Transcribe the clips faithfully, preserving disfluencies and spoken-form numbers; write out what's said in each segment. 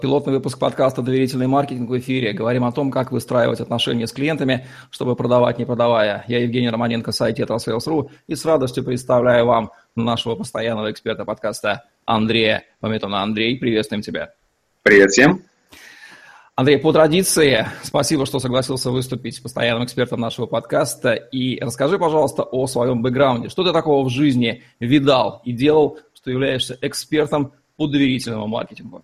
Пилотный выпуск подкаста «Доверительный маркетинг» в эфире. Говорим о том, как выстраивать отношения с клиентами, чтобы продавать, не продавая. Я Евгений Романенко, сайт тетрасейлс точка ру, и с радостью представляю вам нашего постоянного эксперта подкаста Андрея Пометуна. Андрей, приветствуем тебя. Привет всем. Андрей, по традиции, спасибо, что согласился выступить постоянным экспертом нашего подкаста. И расскажи, пожалуйста, о своем бэкграунде. Что ты такого в жизни видал и делал, что являешься экспертом по доверительному маркетингу?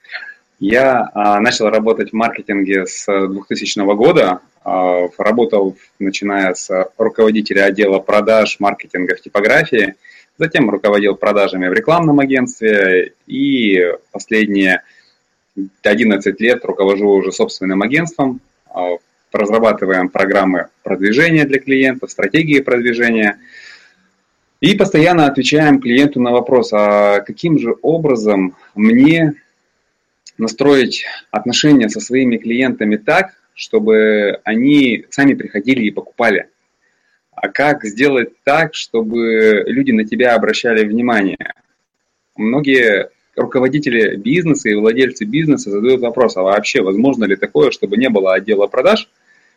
Я а, начал работать в маркетинге с двухтысячного года. А, работал, начиная с руководителя отдела продаж, маркетинга в типографии. Затем руководил продажами в рекламном агентстве. И последние одиннадцать лет руковожу уже собственным агентством. А, разрабатываем программы продвижения для клиентов, стратегии продвижения. И постоянно отвечаем клиенту на вопрос, а каким же образом мне настроить отношения со своими клиентами так, чтобы они сами приходили и покупали. А как сделать так, чтобы люди на тебя обращали внимание? Многие руководители бизнеса и владельцы бизнеса задают вопрос, а вообще возможно ли такое, чтобы не было отдела продаж,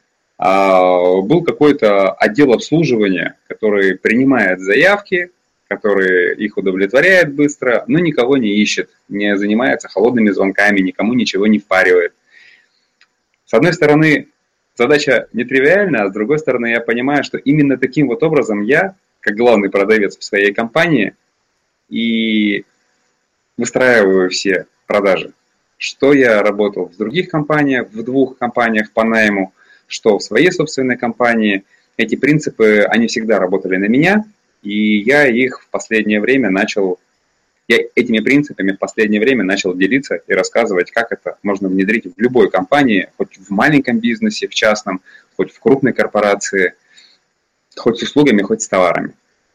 а был какой-то отдел обслуживания, который принимает заявки, который их удовлетворяет быстро, но никого не ищет, не занимается холодными звонками, никому ничего не впаривает. С одной стороны, задача нетривиальна, а с другой стороны, я понимаю, что именно таким вот образом я, как главный продавец в своей компании, и выстраиваю все продажи. Что я работал в других компаниях, в двух компаниях по найму, что в своей собственной компании. Эти принципы, они всегда работали на меня. И я их в последнее время начал, я этими принципами в последнее время начал делиться и рассказывать, как это можно внедрить в любой компании, хоть в маленьком бизнесе, в частном, хоть в крупной корпорации, хоть с услугами, хоть с товарами.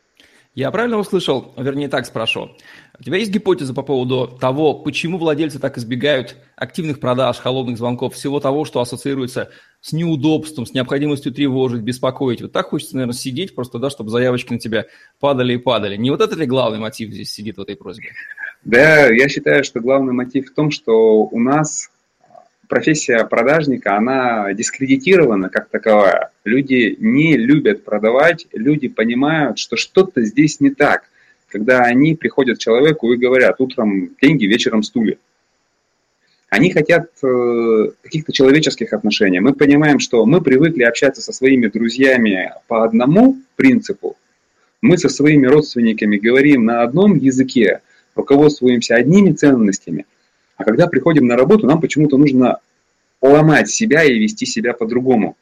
Я правильно услышал, вернее так спрошу. У тебя есть гипотеза по поводу того, почему владельцы так избегают активных продаж, холодных звонков, всего того, что ассоциируется с неудобством, с необходимостью тревожить, беспокоить? Вот так хочется, наверное, сидеть просто, да, чтобы заявочки на тебя падали и падали. Не вот это ли главный мотив здесь сидит в этой просьбе? Да, я считаю, что главный мотив в том, что у нас профессия продажника, она дискредитирована как таковая. Люди не любят продавать, люди понимают, что что-то здесь не так, когда они приходят к человеку и говорят: утром деньги, вечером стулья. Они хотят э, каких-то человеческих отношений. Мы понимаем, что мы привыкли общаться со своими друзьями по одному принципу. Мы со своими родственниками говорим на одном языке, руководствуемся одними ценностями. А когда приходим на работу, нам почему-то нужно ломать себя и вести себя по-другому.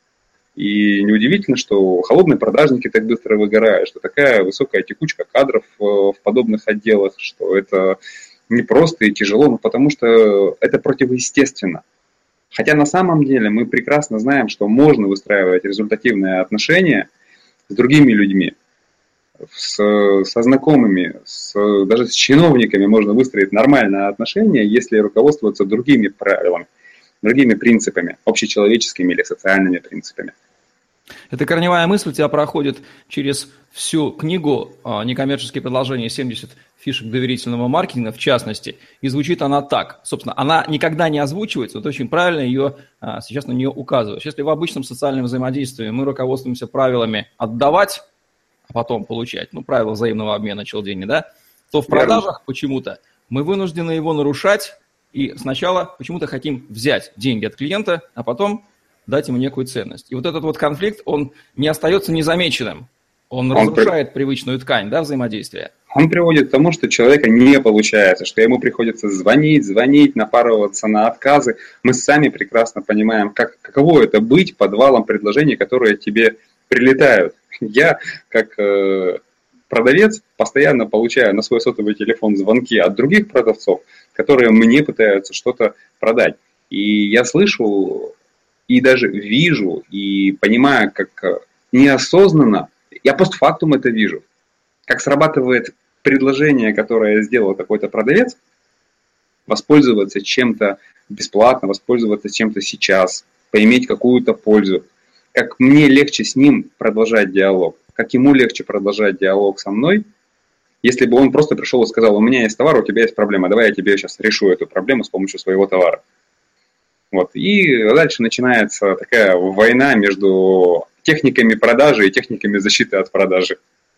И неудивительно, что холодные продажники так быстро выгорают, что такая высокая текучка кадров в подобных отделах, что это непросто и тяжело, но потому что это противоестественно. Хотя на самом деле мы прекрасно знаем, что можно выстраивать результативные отношения с другими людьми, с, со знакомыми, с, даже с чиновниками можно выстроить нормальные отношения, если руководствоваться другими правилами, другими принципами, общечеловеческими или социальными принципами. Эта корневая мысль у тебя проходит через всю книгу «Некоммерческие предложения. семьдесят фишек доверительного маркетинга», в частности, и звучит она так. Собственно, она никогда не озвучивается, вот очень правильно ее сейчас на нее указываешь. Если в обычном социальном взаимодействии мы руководствуемся правилами отдавать, а потом получать, ну, правила взаимного обмена челдени, да, то в продажах Верно. Почему-то мы вынуждены его нарушать и сначала почему-то хотим взять деньги от клиента, а потом дать ему некую ценность. И вот этот вот конфликт, он не остается незамеченным. Он, он разрушает при... привычную ткань, да, взаимодействия. Он приводит к тому, что человека не получается, что ему приходится звонить, звонить, напарываться на отказы. Мы сами прекрасно понимаем, как, каково это быть под валом предложений, которые тебе прилетают. Я, как э, продавец, постоянно получаю на свой сотовый телефон звонки от других продавцов, которые мне пытаются что-то продать. И я слышу и даже вижу, и понимаю, как неосознанно, я постфактум это вижу, как срабатывает предложение, которое сделал какой-то продавец, воспользоваться чем-то бесплатно, воспользоваться чем-то сейчас, поиметь какую-то пользу. Как мне легче с ним продолжать диалог, как ему легче продолжать диалог со мной, если бы он просто пришел и сказал, у меня есть товар, у тебя есть проблема, давай я тебе сейчас решу эту проблему с помощью своего товара. Вот. И дальше начинается такая война между техниками продажи и техниками защиты от продажи.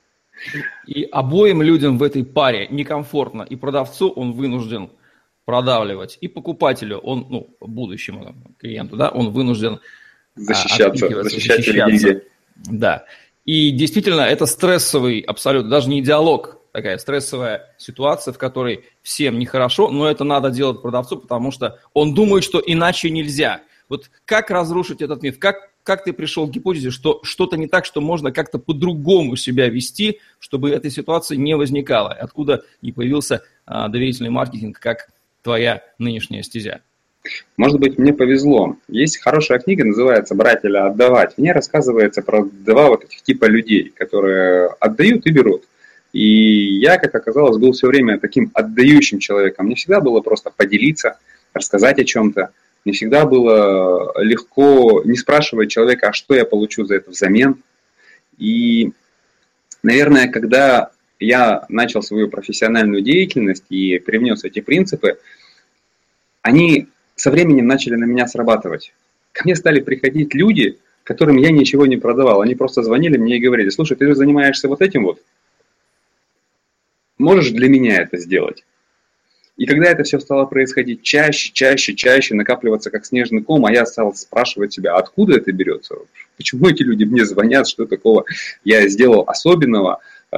И обоим людям в этой паре некомфортно. И продавцу он вынужден продавливать, и покупателю, он, ну, будущему клиенту, да, он вынужден защищаться, защищать свои деньги. Да. И действительно, это стрессовый абсолютно, даже не диалог, такая стрессовая ситуация, в которой всем нехорошо, но это надо делать продавцу, потому что он думает, что иначе нельзя. Вот как разрушить этот миф? Как, как ты пришел к гипотезе, что что-то не так, что можно как-то по-другому себя вести, чтобы этой ситуации не возникало? Откуда и появился а, доверительный маркетинг как твоя нынешняя стезя? Может быть, мне повезло. Есть хорошая книга, называется «Брать или отдавать». В ней рассказывается про два вот этих типа людей, которые отдают и берут. И я, как оказалось, был все время таким отдающим человеком. Мне всегда было просто поделиться, рассказать о чем-то. Мне всегда было легко не спрашивать человека, а что я получу за это взамен. И, наверное, когда я начал свою профессиональную деятельность и привнес эти принципы, они со временем начали на меня срабатывать. Ко мне стали приходить люди, которым я ничего не продавал. Они просто звонили мне и говорили: слушай, ты же занимаешься вот этим вот, можешь для меня это сделать? И когда это все стало происходить чаще, чаще, чаще, накапливаться как снежный ком, а я стал спрашивать себя, откуда это берется? Почему эти люди мне звонят, что такого я сделал особенного,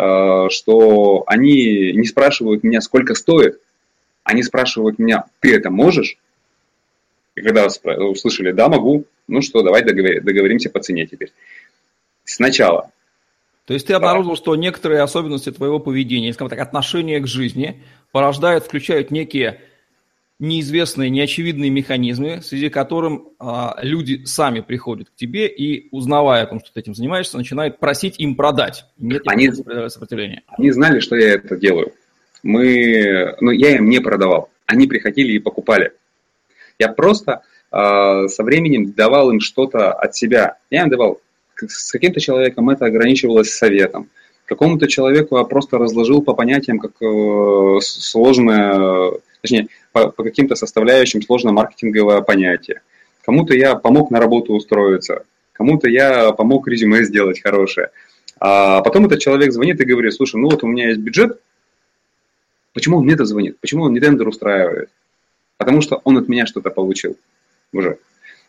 что они не спрашивают меня, сколько стоит, они спрашивают меня, ты это можешь? И когда услышали, да, могу, ну что, давай договоримся по цене теперь. Сначала. То есть ты обнаружил, что некоторые особенности твоего поведения, скажем так, отношения к жизни порождают, включают некие неизвестные, неочевидные механизмы, в связи с которым а, люди сами приходят к тебе и, узнавая о том, что ты этим занимаешься, начинают просить им продать. Нет они, сопротивления. Они знали, что я это делаю. Мы, ну, я им не продавал. Они приходили и покупали. Я просто э, со временем давал им что-то от себя. Я им давал, с каким-то человеком это ограничивалось советом. Какому-то человеку я просто разложил по понятиям, как э, сложное, точнее, по, по каким-то составляющим сложное маркетинговое понятие. Кому-то я помог на работу устроиться, кому-то я помог резюме сделать хорошее. А потом этот человек звонит и говорит: слушай, ну вот у меня есть бюджет, почему он мне это звонит? Почему он не тендер устраивает? Потому что он от меня что-то получил уже.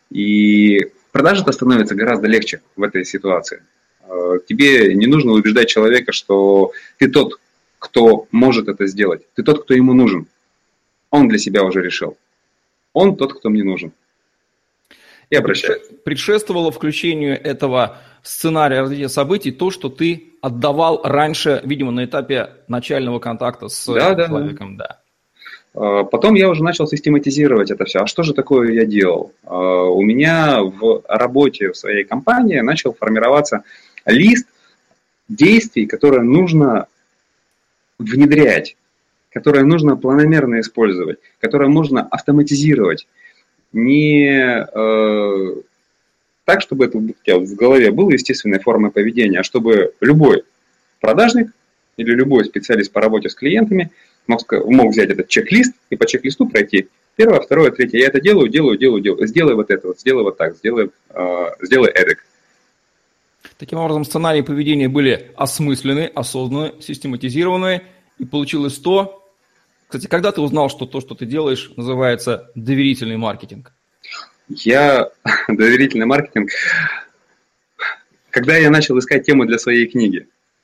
И продажа-то становится гораздо легче в этой ситуации. Тебе не нужно убеждать человека, что ты тот, кто может это сделать. Ты тот, кто ему нужен. Он для себя уже решил. Он тот, кто мне нужен. И обращается. Предшествовало включению этого сценария развития событий то, что ты отдавал раньше, видимо, на этапе начального контакта с да, человеком. Да, да. Потом я уже начал систематизировать это все. А что же такое я делал? У меня в работе в своей компании начал формироваться лист действий, которые нужно внедрять, которые нужно планомерно использовать, которые можно автоматизировать. Не э, так, чтобы это у тебя в голове было естественной формой поведения, а чтобы любой продажник или любой специалист по работе с клиентами мог, мог взять этот чек-лист и по чек-листу пройти первое, второе, третье. Я это делаю, делаю, делаю, делаю. Сделай вот это вот, сделай вот так, сделай, э, сделай эдак. Таким образом, сценарии поведения были осмыслены, осознаны, систематизированы, и получилось то... Кстати, когда ты узнал, что то, что ты делаешь, называется доверительный маркетинг? Я... Доверительный маркетинг... Когда я начал искать тему для своей книги.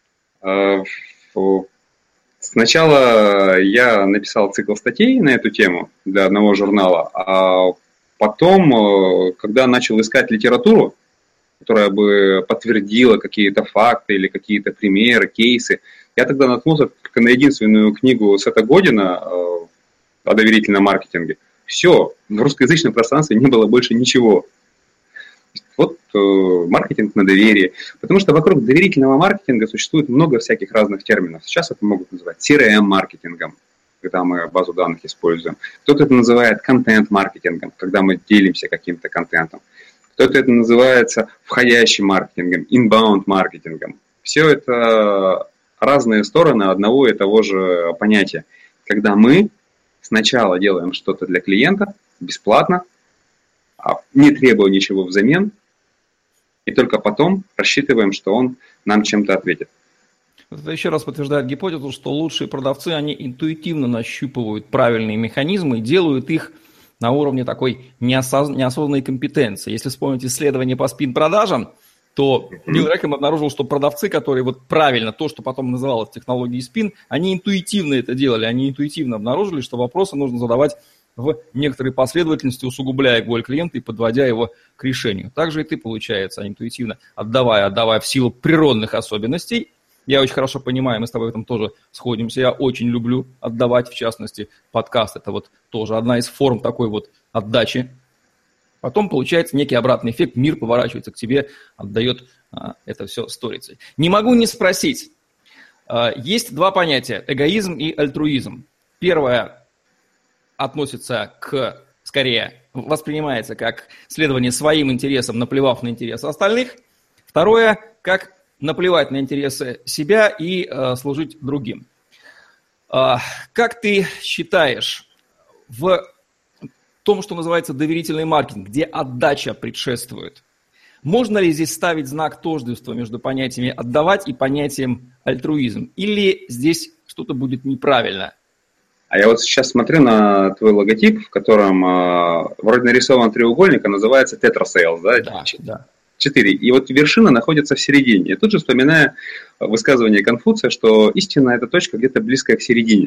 Сначала я написал цикл статей на эту тему для одного журнала, а потом, когда начал искать литературу, которая бы подтвердила какие-то факты или какие-то примеры, кейсы, я тогда наткнулся только на единственную книгу Сета Година о доверительном маркетинге. Все, в русскоязычном пространстве не было больше ничего. Вот э, маркетинг на доверие. Потому что вокруг доверительного маркетинга существует много всяких разных терминов. Сейчас это могут называть си ар эм-маркетингом, когда мы базу данных используем. Кто-то это называет контент-маркетингом, когда мы делимся каким-то контентом. Кто-то это называется входящим маркетингом, inbound-маркетингом. Все это разные стороны одного и того же понятия. Когда мы сначала делаем что-то для клиента бесплатно, не требуя ничего взамен, и только потом рассчитываем, что он нам чем-то ответит. Это еще раз подтверждает гипотезу, что лучшие продавцы, они интуитивно нащупывают правильные механизмы и делают их на уровне такой неосоз... неосознанной компетенции. Если вспомнить исследование по спин-продажам, то Нил Рэкхэм обнаружил, что продавцы, которые вот правильно, то, что потом называлось технологией спин, они интуитивно это делали, они интуитивно обнаружили, что вопросы нужно задавать в некоторой последовательности, усугубляя боль клиента и подводя его к решению. Также и ты, получается, интуитивно отдавая, отдавая в силу природных особенностей. Я очень хорошо понимаю, мы с тобой в этом тоже сходимся. Я очень люблю отдавать, в частности, подкаст. Это вот тоже одна из форм такой вот отдачи. Потом получается некий обратный эффект, мир поворачивается к тебе, отдает а, это все сторицей. Не могу не спросить. А, есть два понятия – эгоизм и альтруизм. Первое относится к, скорее, воспринимается как следование своим интересам, наплевав на интересы остальных. Второе – как наплевать на интересы себя и а, служить другим. А, как ты считаешь, в том, что называется доверительный маркетинг, где отдача предшествует, можно ли здесь ставить знак тождества между понятиями «отдавать» и понятием «альтруизм»? Или здесь что-то будет неправильно? А я вот сейчас смотрю на твой логотип, в котором э, вроде нарисован треугольник, а называется тетрасейлс, да? Да, да. Четыре. И вот вершина находится в середине. Я тут же вспоминаю высказывание Конфуция, что истина – это точка где-то близкая к середине.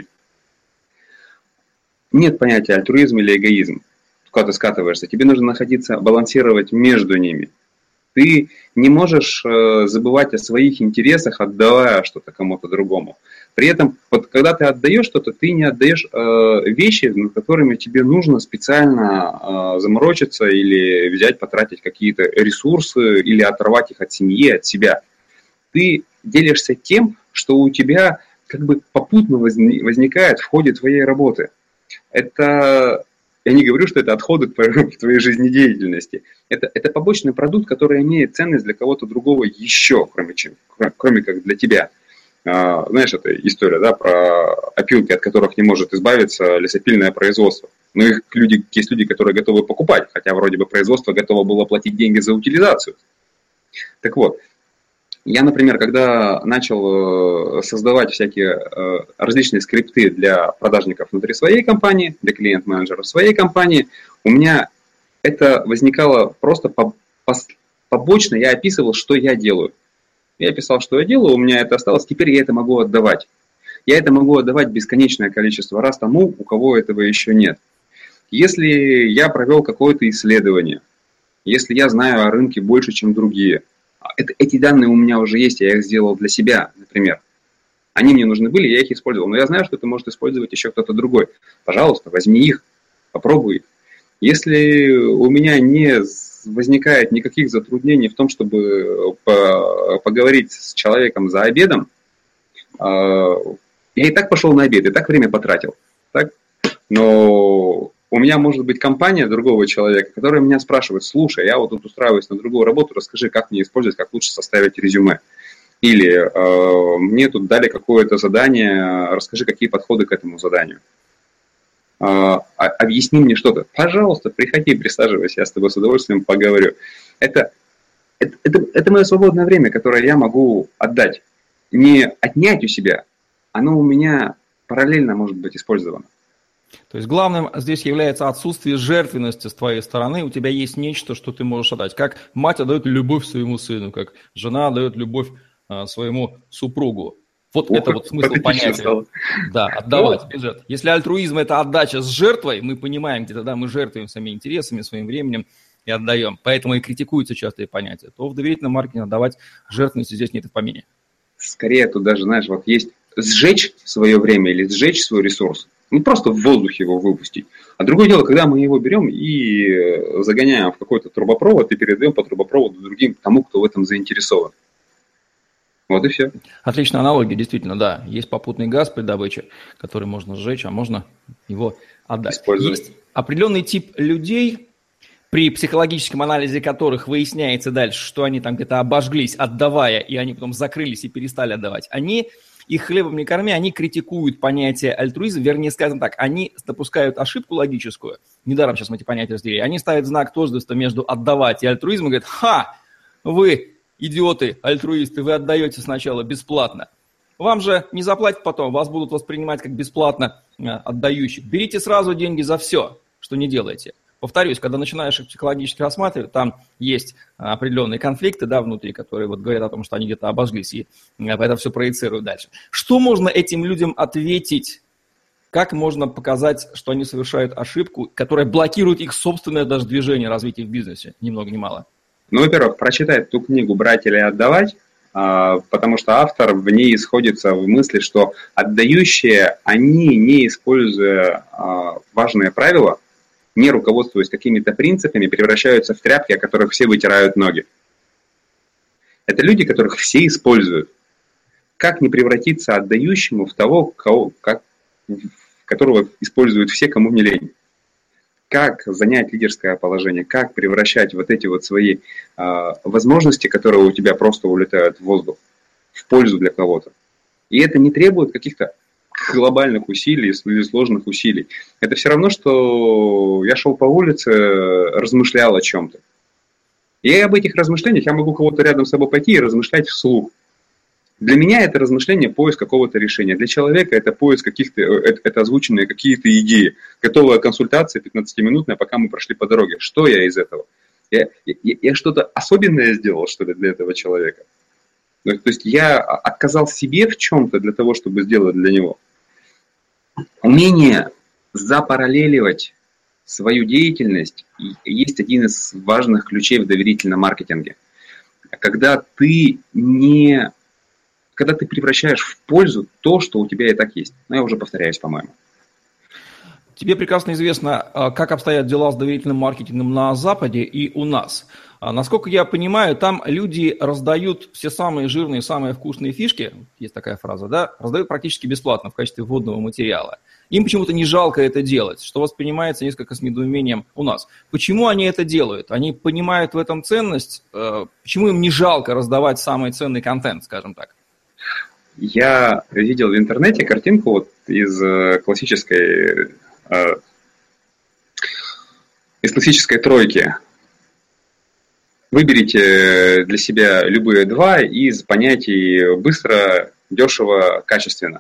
Нет понятия альтруизм или эгоизм, куда ты скатываешься. Тебе нужно находиться, балансировать между ними. Ты не можешь э, забывать о своих интересах, отдавая что-то кому-то другому. При этом, вот, когда ты отдаешь что-то, ты не отдаешь э, вещи, над которыми тебе нужно специально э, заморочиться или взять, потратить какие-то ресурсы или оторвать их от семьи, от себя. Ты делишься тем, что у тебя как бы попутно возникает в ходе твоей работы. Это, я не говорю, что это отходы в твоей жизнедеятельности. Это, это побочный продукт, который имеет ценность для кого-то другого еще, кроме, чем, кроме как для тебя. А, знаешь, это история, да, про опилки, от которых не может избавиться лесопильное производство. Но их люди, есть люди, которые готовы покупать, хотя вроде бы производство готово было платить деньги за утилизацию. Так вот, я, например, когда начал создавать всякие различные скрипты для продажников внутри своей компании, для клиент-менеджеров своей компании, у меня это возникало просто побочно, я описывал, что я делаю. Я писал, что я делаю, у меня это осталось, теперь я это могу отдавать. Я это могу отдавать бесконечное количество раз тому, у кого этого еще нет. Если я провел какое-то исследование, если я знаю о рынке больше, чем другие, Это, эти данные у меня уже есть, я их сделал для себя, например. Они мне нужны были, я их использовал. Но я знаю, что это может использовать еще кто-то другой. Пожалуйста, возьми их, попробуй их. Если у меня не возникает никаких затруднений в том, чтобы поговорить с человеком за обедом, я и так пошел на обед, и так время потратил. Так? Но у меня может быть компания другого человека, которая меня спрашивает: слушай, я вот тут устраиваюсь на другую работу, расскажи, как мне использовать, как лучше составить резюме. Или э, мне тут дали какое-то задание, расскажи, какие подходы к этому заданию. Э, объясни мне что-то. Пожалуйста, приходи, присаживайся, я с тобой с удовольствием поговорю. Это, это, это, это мое свободное время, которое я могу отдать. Не отнять у себя, оно у меня параллельно может быть использовано. То есть главным здесь является отсутствие жертвенности с твоей стороны. У тебя есть нечто, что ты можешь отдать. Как мать отдает любовь своему сыну, как жена отдает любовь а, своему супругу. Вот Ух, это вот смысл понятия. Стало. Да, отдавать без жертв. Если альтруизм – это отдача с жертвой, мы понимаем, где тогда мы жертвуем своими интересами, своим временем и отдаем. Поэтому и критикуются частые понятия. То в доверительном маркетинге отдавать жертвенности здесь нет и в помине. Скорее тут даже, знаешь, вот есть сжечь свое время или сжечь свой ресурс. Не просто в воздухе его выпустить. А другое дело, когда мы его берем и загоняем в какой-то трубопровод и передаем по трубопроводу другим, тому, кто в этом заинтересован. Вот и все. Отличная аналогия, действительно, да. Есть попутный газ при добыче, который можно сжечь, а можно его отдать. Есть определенный тип людей, при психологическом анализе которых выясняется дальше, что они там где-то обожглись, отдавая, и они потом закрылись и перестали отдавать. Они их хлебом не корми, они критикуют понятие альтруизм, вернее, скажем так, они допускают ошибку логическую, недаром сейчас мы эти понятия разделили, они ставят знак тождества между отдавать и альтруизмом и говорят, ха, вы, идиоты, альтруисты, вы отдаете сначала бесплатно. Вам же не заплатят потом, вас будут воспринимать как бесплатно отдающих. Берите сразу деньги за все, что не делаете. Повторюсь, когда начинаешь их психологически рассматривать, там есть определенные конфликты, да, внутри, которые вот говорят о том, что они где-то обожглись, и это все проецируют дальше. Что можно этим людям ответить? Как можно показать, что они совершают ошибку, которая блокирует их собственное даже движение развития в бизнесе, ни много ни мало? Ну, во-первых, прочитать ту книгу «Брать или отдавать», потому что автор в ней исходится в мысли, что отдающие, они, не используя важные правила, не руководствуясь какими-то принципами, превращаются в тряпки, о которых все вытирают ноги. Это люди, которых все используют. Как не превратиться отдающему в того, кого, как, которого используют все, кому не лень? Как занять лидерское положение, как превращать вот эти вот свои э, возможности, которые у тебя просто улетают в воздух, в пользу для кого-то. И это не требует каких-то глобальных усилий или сложных усилий. Это все равно, что я шел по улице, размышлял о чем-то. И об этих размышлениях я могу кого-то рядом с собой пойти и размышлять вслух. Для меня это размышление, поиск какого-то решения. Для человека это поиск каких-то, это, это озвученные какие-то идеи. Готовая консультация пятнадцатиминутная, пока мы прошли по дороге. Что я из этого? Я, я, я что-то особенное сделал, что ли, для этого человека? То есть я отказал себе в чем-то для того, чтобы сделать для него. Умение запараллеливать свою деятельность есть один из важных ключей в доверительном маркетинге. Когда ты не... Когда ты превращаешь в пользу то, что у тебя и так есть. Но я уже повторяюсь, по-моему. Тебе прекрасно известно, как обстоят дела с доверительным маркетингом на Западе и у нас. Насколько я понимаю, там люди раздают все самые жирные, самые вкусные фишки, есть такая фраза, да, раздают практически бесплатно в качестве вводного материала. Им почему-то не жалко это делать, что воспринимается несколько с недоумением у нас. Почему они это делают? Они понимают в этом ценность? Почему им не жалко раздавать самый ценный контент, скажем так? Я видел в интернете картинку вот из классической, из классической тройки. Выберите для себя любые два из понятий быстро, дешево, качественно.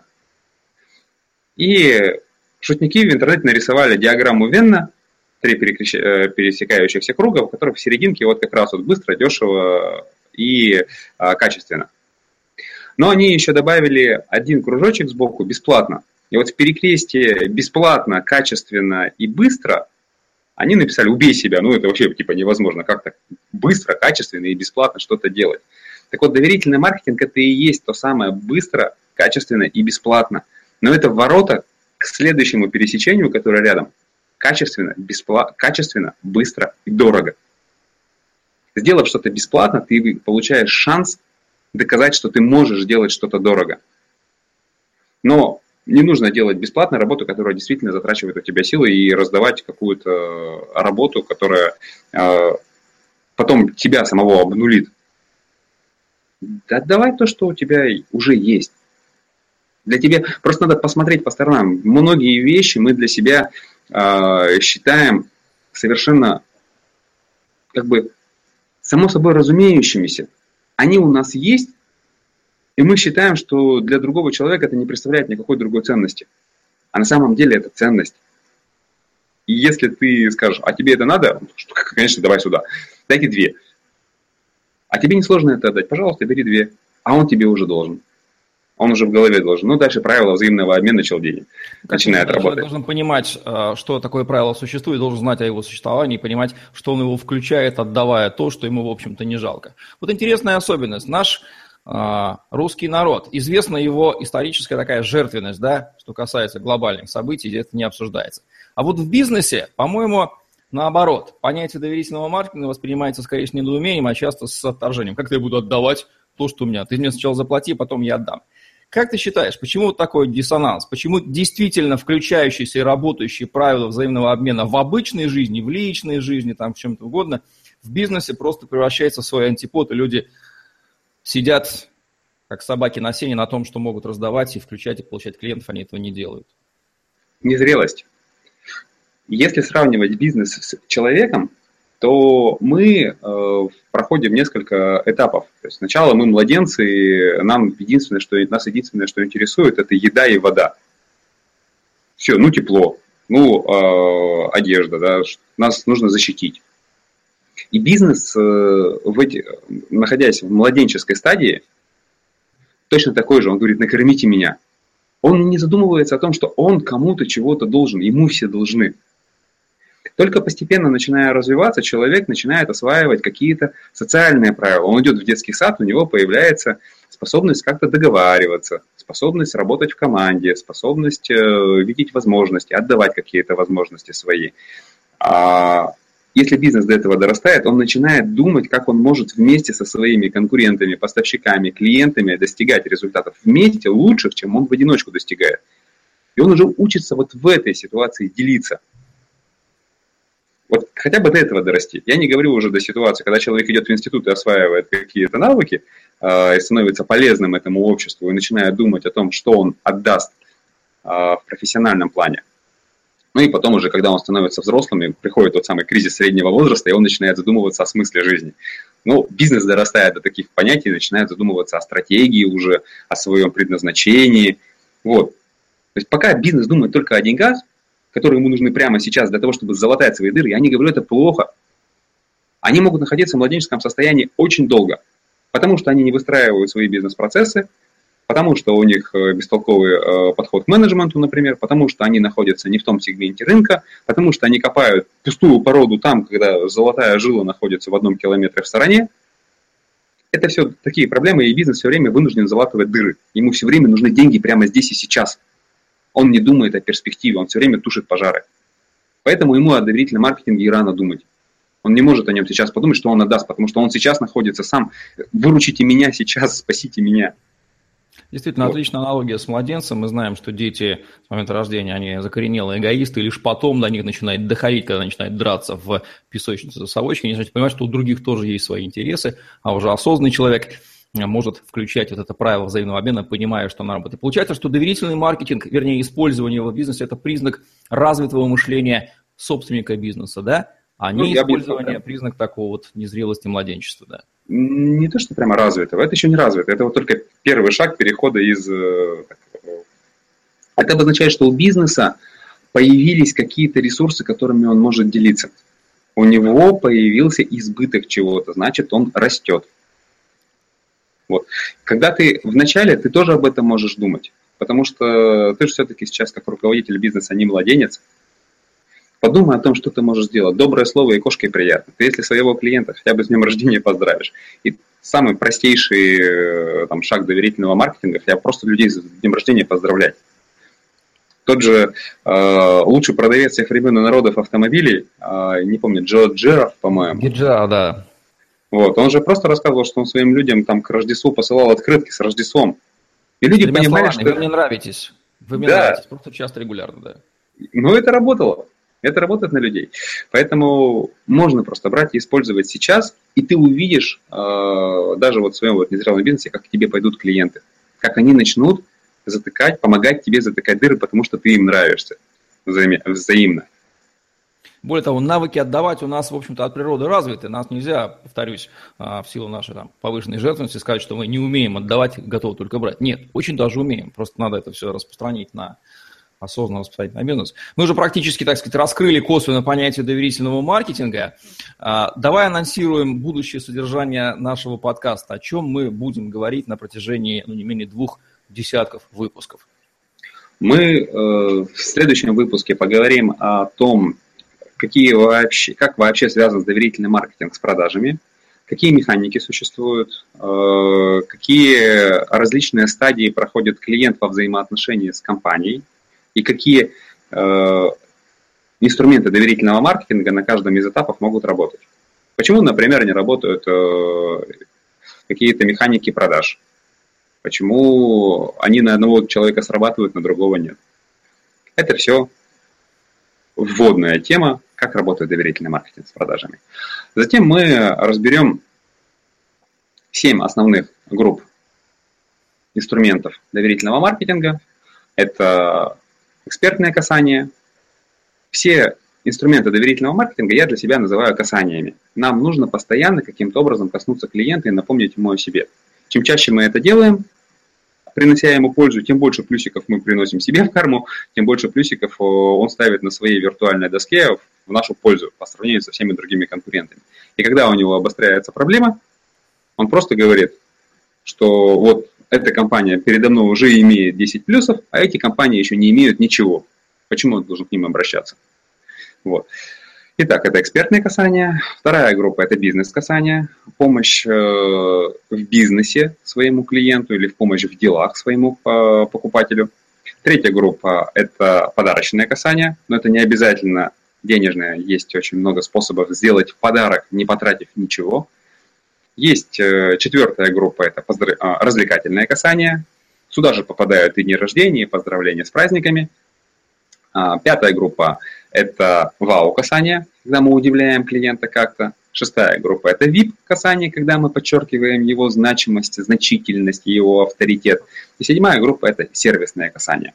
И шутники в интернете нарисовали диаграмму Венна, три пересекающихся круга, в которых в серединке вот как раз вот быстро, дешево и качественно. Но они еще добавили один кружочек сбоку бесплатно. И вот в перекрестии бесплатно, качественно и быстро они написали «убей себя». Ну, это вообще типа невозможно. Как так быстро, качественно и бесплатно что-то делать? Так вот, доверительный маркетинг – это и есть то самое быстро, качественно и бесплатно. Но это ворота к следующему пересечению, которое рядом. Качественно, бесплатно, качественно, быстро и дорого. Сделав что-то бесплатно, ты получаешь шанс доказать, что ты можешь делать что-то дорого. Но не нужно делать бесплатно работу, которая действительно затрачивает у тебя силы, и раздавать какую-то работу, которая э, потом тебя самого обнулит. Отдавай то, что у тебя уже есть. Для тебя просто надо посмотреть по сторонам. Многие вещи мы для себя э, считаем совершенно как бы само собой разумеющимися. Они у нас есть, и мы считаем, что для другого человека это не представляет никакой другой ценности. А на самом деле это ценность. И если ты скажешь, а тебе это надо, конечно, давай сюда, дайте две. А тебе несложно это отдать, пожалуйста, бери две. А он тебе уже должен. Он уже в голове должен. Ну, дальше правило взаимного обмена челдений начинает работать. Человек должен понимать, что такое правило существует, должен знать о его существовании, понимать, что он его включает, отдавая то, что ему, в общем-то, не жалко. Вот интересная особенность. Наш а, русский народ, известна его историческая такая жертвенность, да, что касается глобальных событий, это не обсуждается. А вот в бизнесе, по-моему, наоборот, понятие доверительного маркетинга воспринимается скорее с недоумением, а часто с отторжением. Как я буду отдавать то, что у меня? Ты мне сначала заплати, потом я отдам. Как ты считаешь, почему такой диссонанс? Почему действительно включающиеся и работающие правила взаимного обмена в обычной жизни, в личной жизни, там, в чем-то угодно, в бизнесе просто превращается в свой антипод, и люди сидят как собаки на сене, на том, что могут раздавать и включать и получать клиентов, они этого не делают. Незрелость. Если сравнивать бизнес с человеком, то мы э, проходим несколько этапов. То есть сначала мы младенцы, и нам единственное, что нас единственное, что интересует, это еда и вода. Все, ну тепло, ну э, одежда, да, нас нужно защитить. И бизнес, э, в эти, находясь в младенческой стадии, точно такой же. Он говорит: накормите меня. Он не задумывается о том, что он кому-то чего-то должен, ему все должны. Только постепенно, начиная развиваться, человек начинает осваивать какие-то социальные правила. Он идет в детский сад, у него появляется способность как-то договариваться, способность работать в команде, способность э, видеть возможности, отдавать какие-то возможности свои. А если бизнес до этого дорастает, он начинает думать, как он может вместе со своими конкурентами, поставщиками, клиентами достигать результатов вместе лучших, чем он в одиночку достигает. И он уже учится вот в этой ситуации делиться. Вот хотя бы до этого дорасти. Я не говорю уже до ситуации, когда человек идет в институт и осваивает какие-то навыки, э, и становится полезным этому обществу, и начинает думать о том, что он отдаст э, в профессиональном плане. Ну и потом уже, когда он становится взрослым, и приходит тот самый кризис среднего возраста, и он начинает задумываться о смысле жизни. Ну, бизнес дорастает до таких понятий, начинает задумываться о стратегии уже, о своем предназначении. Вот. То есть пока бизнес думает только о деньгах, которые ему нужны прямо сейчас для того, чтобы залатать свои дыры, я не говорю, это плохо. Они могут находиться в младенческом состоянии очень долго, потому что они не выстраивают свои бизнес-процессы, потому что у них бестолковый подход к менеджменту, например, потому что они находятся не в том сегменте рынка, потому что они копают пустую породу там, когда золотая жила находится в одном километре в стороне. Это все такие проблемы, и бизнес все время вынужден залатывать дыры. Ему все время нужны деньги прямо здесь и сейчас. Он не думает о перспективе, он все время тушит пожары. Поэтому ему о доверительном маркетинге и рано думать. Он не может о нем сейчас подумать, что он отдаст, потому что он сейчас находится сам. Выручите меня сейчас, спасите меня. Действительно, вот. Отличная аналогия с младенцем. Мы знаем, что дети с момента рождения, они закоренелые эгоисты, и лишь потом до них начинает доходить, когда начинают драться в песочнице за совочки, они начинают понимать, что у других тоже есть свои интересы, а уже осознанный человек может включать вот это правило взаимного обмена, понимая, что она работает. Получается, что доверительный маркетинг, вернее, использование его в бизнесе – это признак развитого мышления собственника бизнеса, да? А не ну, использование, признак такого вот незрелости младенчества, да? Не то, что прямо развитого, это еще не развито. Это вот только первый шаг перехода из... Это обозначает, что у бизнеса появились какие-то ресурсы, которыми он может делиться. У него появился избыток чего-то, значит, он растет. Вот. Когда ты в начале, ты тоже об этом можешь думать, потому что ты же все-таки сейчас как руководитель бизнеса не младенец. Подумай о том, что ты можешь сделать. Доброе слово и кошке приятно. Ты если своего клиента хотя бы с днем рождения поздравишь. И самый простейший там, шаг доверительного маркетинга, я просто людей с днем рождения поздравлять. Тот же э, лучший продавец всех времен и народов автомобилей, э, не помню, Джо Джеров, по-моему. Джеров, да. Вот, он же просто рассказывал, что он своим людям там к Рождеству посылал открытки с Рождеством. И люди Тремя понимали, словами, что... Вы мне нравитесь. Вы мне да. нравитесь. Просто часто, регулярно, да. Ну, это работало. Это работает на людей. Поэтому можно просто брать и использовать сейчас, и ты увидишь э, даже вот в своем вот незрелом бизнесе, как к тебе пойдут клиенты. Как они начнут затыкать, помогать тебе затыкать дыры, потому что ты им нравишься взаим- взаимно. Более того, навыки отдавать у нас, в общем-то, от природы развиты. Нас нельзя, повторюсь, в силу нашей там, повышенной жертвенности сказать, что мы не умеем отдавать, готовы только брать. Нет, очень даже умеем. Просто надо это все распространить на осознанно распространить на бизнес. Мы уже практически, так сказать, раскрыли косвенно понятие доверительного маркетинга. Давай анонсируем будущее содержание нашего подкаста. О чем мы будем говорить на протяжении, ну, не менее двух десятков выпусков. Мы э, в следующем выпуске поговорим о том, какие вообще, как вообще связан доверительный маркетинг с продажами, какие механики существуют, э, какие различные стадии проходит клиент во взаимоотношении с компанией и какие э, инструменты доверительного маркетинга на каждом из этапов могут работать. Почему, например, не работают э, какие-то механики продаж? Почему они на одного человека срабатывают, на другого нет? Это все вводная тема, как работает доверительный маркетинг с продажами. Затем мы разберем семь основных групп инструментов доверительного маркетинга. Это экспертное касание. Все инструменты доверительного маркетинга я для себя называю касаниями. Нам нужно постоянно каким-то образом коснуться клиента и напомнить ему о себе. Чем чаще мы это делаем, принося ему пользу, тем больше плюсиков мы приносим себе в карму, тем больше плюсиков он ставит на своей виртуальной доске в нашу пользу по сравнению со всеми другими конкурентами. И когда у него обостряется проблема, он просто говорит, что вот эта компания передо мной уже имеет десять плюсов, а эти компании еще не имеют ничего. Почему он должен к ним обращаться? Вот. Итак, это экспертные касания. Вторая группа – это бизнес-касания. Помощь э, в бизнесе своему клиенту или в помощь в делах своему э, покупателю. Третья группа – это подарочные касания. Но это не обязательно денежное. Есть очень много способов сделать подарок, не потратив ничего. Есть э, четвертая группа – это поздрав... э, развлекательные касания. Сюда же попадают и дни рождения, и поздравления с праздниками. А, пятая группа – это вау-касание, когда мы удивляем клиента как-то. Шестая группа – это ви ай пи-касание, когда мы подчеркиваем его значимость, значительность, его авторитет. И седьмая группа – это сервисное касание.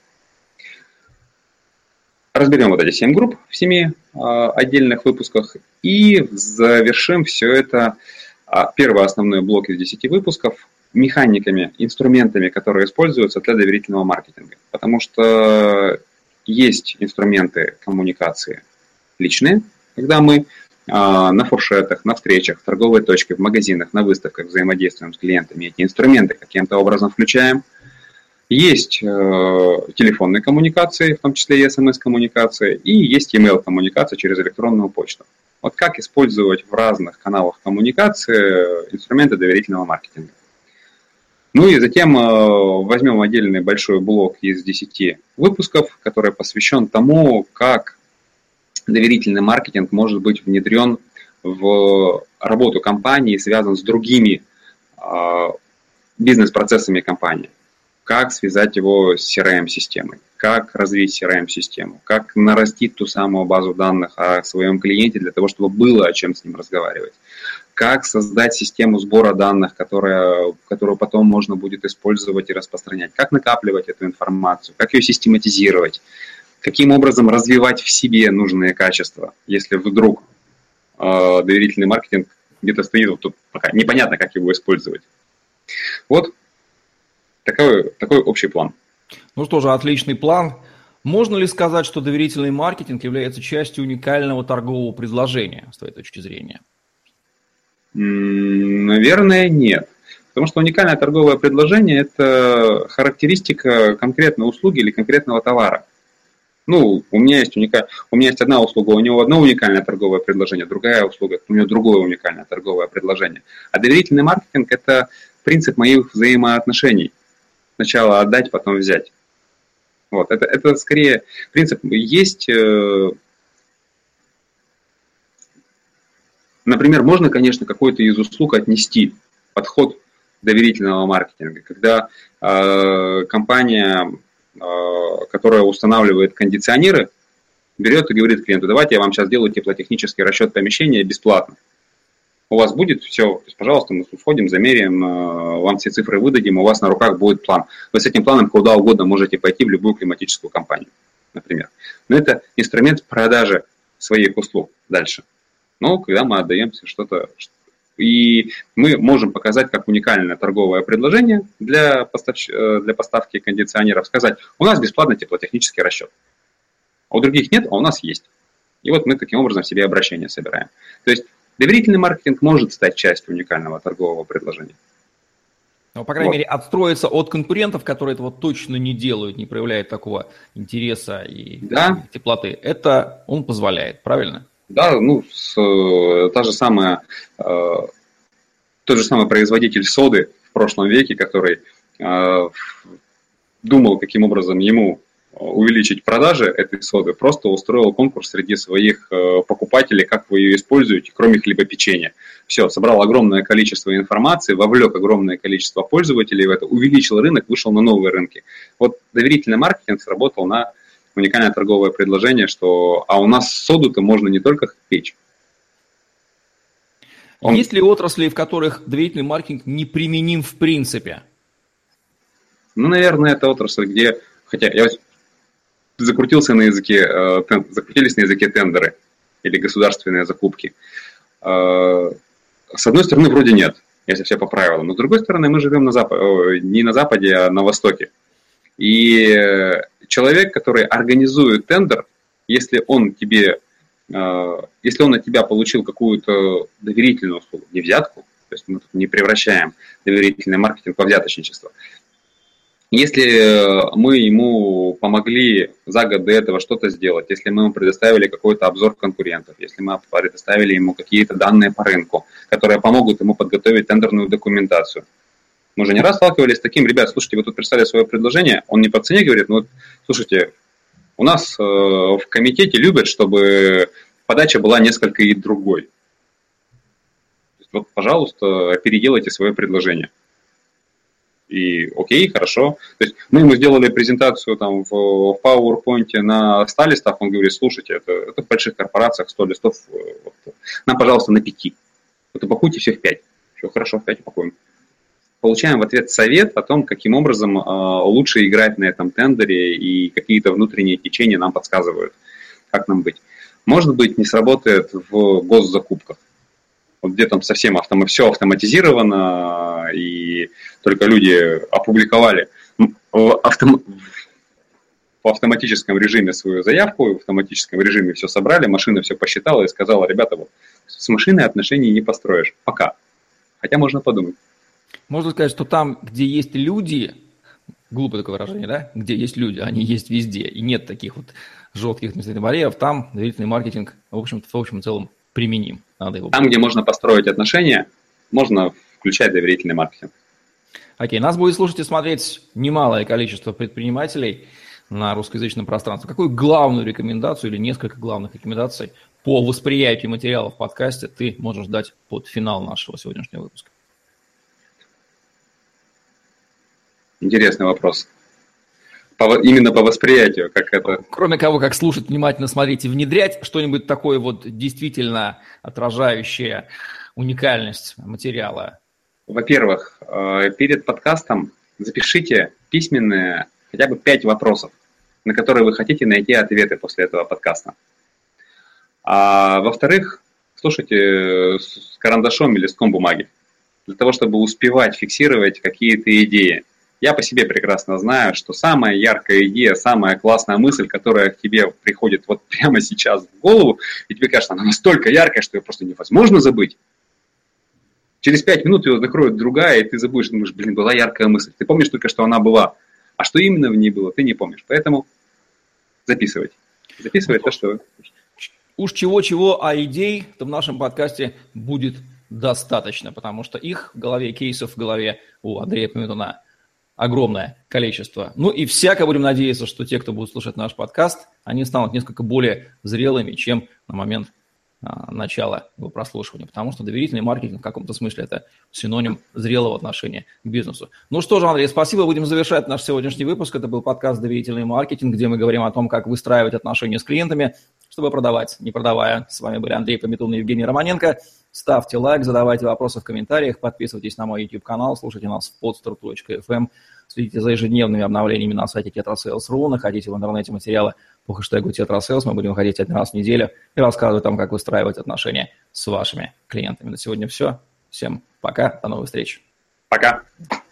Разберем вот эти семь групп в семи э, отдельных выпусках и завершим все это, э, первый основной блок из десяти выпусков, механиками, инструментами, которые используются для доверительного маркетинга. Потому что есть инструменты коммуникации личные, когда мы э, на фуршетах, на встречах, в торговой точке, в магазинах, на выставках взаимодействуем с клиентами, эти инструменты каким-то образом включаем. Есть э, телефонные коммуникации, в том числе и эс эм эс-коммуникации, и есть email-коммуникация через электронную почту. Вот как использовать в разных каналах коммуникации инструменты доверительного маркетинга. Ну и затем э, возьмем отдельный большой блок из десяти выпусков, который посвящен тому, как доверительный маркетинг может быть внедрен в работу компании, связан с другими э, бизнес-процессами компании. Как связать его с си ар эм-системой, как развить си ар эм-систему, как нарастить ту самую базу данных о своем клиенте для того, чтобы было о чем с ним разговаривать. Как создать систему сбора данных, которая, которую потом можно будет использовать и распространять. Как накапливать эту информацию, как ее систематизировать. Каким образом развивать в себе нужные качества, если вдруг э, доверительный маркетинг где-то стоит, вот тут пока непонятно, как его использовать. Вот такой, такой общий план. Ну что же, отличный план. Можно ли сказать, что доверительный маркетинг является частью уникального торгового предложения, с твоей точки зрения? Наверное, нет. Потому что уникальное торговое предложение – это характеристика конкретной услуги или конкретного товара. Ну, у меня есть уника... у меня есть одна услуга, у него одно уникальное торговое предложение, другая услуга, у него другое уникальное торговое предложение. А доверительный маркетинг – это принцип моих взаимоотношений. Сначала отдать, потом взять. Вот. Это, это скорее принцип. Есть... Например, можно, конечно, какой-то из услуг отнести подход доверительного маркетинга, когда э, компания, э, которая устанавливает кондиционеры, берет и говорит клиенту: давайте я вам сейчас сделаю теплотехнический расчет помещения бесплатно. У вас будет все, то есть, пожалуйста, мы сходим, замеряем, э, вам все цифры выдадим, у вас на руках будет план. Вы с этим планом куда угодно можете пойти в любую климатическую компанию, например. Но это инструмент продажи своих услуг дальше. Но когда мы отдаемся что-то, и мы можем показать как уникальное торговое предложение для, поставщ... для поставки кондиционеров, сказать: у нас бесплатный теплотехнический расчет, а у других нет, а у нас есть. И вот мы таким образом себе обращение собираем. То есть доверительный маркетинг может стать частью уникального торгового предложения. Ну, по крайней вот. мере, отстроиться от конкурентов, которые этого точно не делают, не проявляют такого интереса и да. теплоты. Это он позволяет, правильно? Да, ну, с, та же самая, э, тот же самый производитель соды в прошлом веке, который э, думал, каким образом ему увеличить продажи этой соды, просто устроил конкурс среди своих э, покупателей, как вы ее используете, кроме хлебопечения. Все, собрал огромное количество информации, вовлек огромное количество пользователей в это, увеличил рынок, вышел на новые рынки. Вот доверительный маркетинг сработал на уникальное торговое предложение, что а у нас соду-то можно не только печь. Он... Есть ли отрасли, в которых доверительный маркетинг неприменим в принципе? Ну, наверное, это отрасль, где, хотя я закрутился на языке, закрутились на языке тендеры или государственные закупки. С одной стороны, вроде нет, если все по правилам, но с другой стороны, мы живем на Западе, не на Западе, а на Востоке. И человек, который организует тендер, если он тебе, если он от тебя получил какую-то доверительную услугу, не взятку, то есть мы тут не превращаем доверительный маркетинг во взяточничество. Если мы ему помогли за год до этого что-то сделать, если мы ему предоставили какой-то обзор конкурентов, если мы предоставили ему какие-то данные по рынку, которые помогут ему подготовить тендерную документацию. Мы же не раз сталкивались с таким: ребят, слушайте, вы тут представили свое предложение, он не по цене говорит, ну, слушайте, у нас э, в комитете любят, чтобы подача была несколько и другой. Вот, пожалуйста, переделайте свое предложение. И окей, хорошо. То есть мы ему сделали презентацию там в, в PowerPoint на ста листах, он говорит: слушайте, это, это в больших корпорациях сто листов, вот, нам, пожалуйста, на пяти. Вот упакуйте все в пять. Все хорошо, в пять упакуем. Получаем в ответ совет о том, каким образом э, лучше играть на этом тендере, и какие-то внутренние течения нам подсказывают, как нам быть. Может быть, не сработает в госзакупках. Вот где там совсем автом... все автоматизировано, и только люди опубликовали в, автом... в автоматическом режиме свою заявку, в автоматическом режиме все собрали, машина все посчитала и сказала: ребята, вот с машиной отношений не построишь. Пока. Хотя можно подумать. Можно сказать, что там, где есть люди, глупое такое выражение, да, где есть люди, они есть везде, и нет таких вот жестких административных барьеров, там доверительный маркетинг, в общем-то, в общем и целом применим. Надо его... Там, где можно построить отношения, можно включать доверительный маркетинг. Окей, нас будет слушать и смотреть немалое количество предпринимателей на русскоязычном пространстве. Какую главную рекомендацию или несколько главных рекомендаций по восприятию материалов в подкасте ты можешь дать под финал нашего сегодняшнего выпуска? Интересный вопрос. По, именно по восприятию, как это... Кроме того, как слушать, внимательно смотреть и внедрять что-нибудь такое вот действительно отражающее уникальность материала. Во-первых, перед подкастом запишите письменные хотя бы пять вопросов, на которые вы хотите найти ответы после этого подкаста. А во-вторых, слушайте с карандашом или листком бумаги, для того, чтобы успевать фиксировать какие-то идеи. Я по себе прекрасно знаю, что самая яркая идея, самая классная мысль, которая к тебе приходит вот прямо сейчас в голову, и тебе кажется, она настолько яркая, что ее просто невозможно забыть. Через пять минут ее закроет другая, и ты забудешь, думаешь: блин, была яркая мысль. Ты помнишь только, что она была. А что именно в ней было, ты не помнишь. Поэтому записывать. Записывать то, что... Уж чего-чего, а идей-то в нашем подкасте будет достаточно, потому что их в голове, кейсов в голове у Андрея Пометуна огромное количество. Ну и всяко будем надеяться, что те, кто будет слушать наш подкаст, они станут несколько более зрелыми, чем на момент а, начала его прослушивания. Потому что доверительный маркетинг в каком-то смысле это синоним зрелого отношения к бизнесу. Ну что же, Андрей, спасибо. Будем завершать наш сегодняшний выпуск. Это был подкаст «Доверительный маркетинг», где мы говорим о том, как выстраивать отношения с клиентами, чтобы продавать, не продавая. С вами были Андрей Пометун и Евгений Романенко. Ставьте лайк, задавайте вопросы в комментариях, подписывайтесь на мой YouTube-канал, слушайте нас в podster точка эф эм, следите за ежедневными обновлениями на сайте тетрасейлс точка ру, находите в интернете материалы по хэштегу тетрасейлс, мы будем выходить один раз в неделю и рассказывать вам, как выстраивать отношения с вашими клиентами. На сегодня все. Всем пока, до новых встреч. Пока.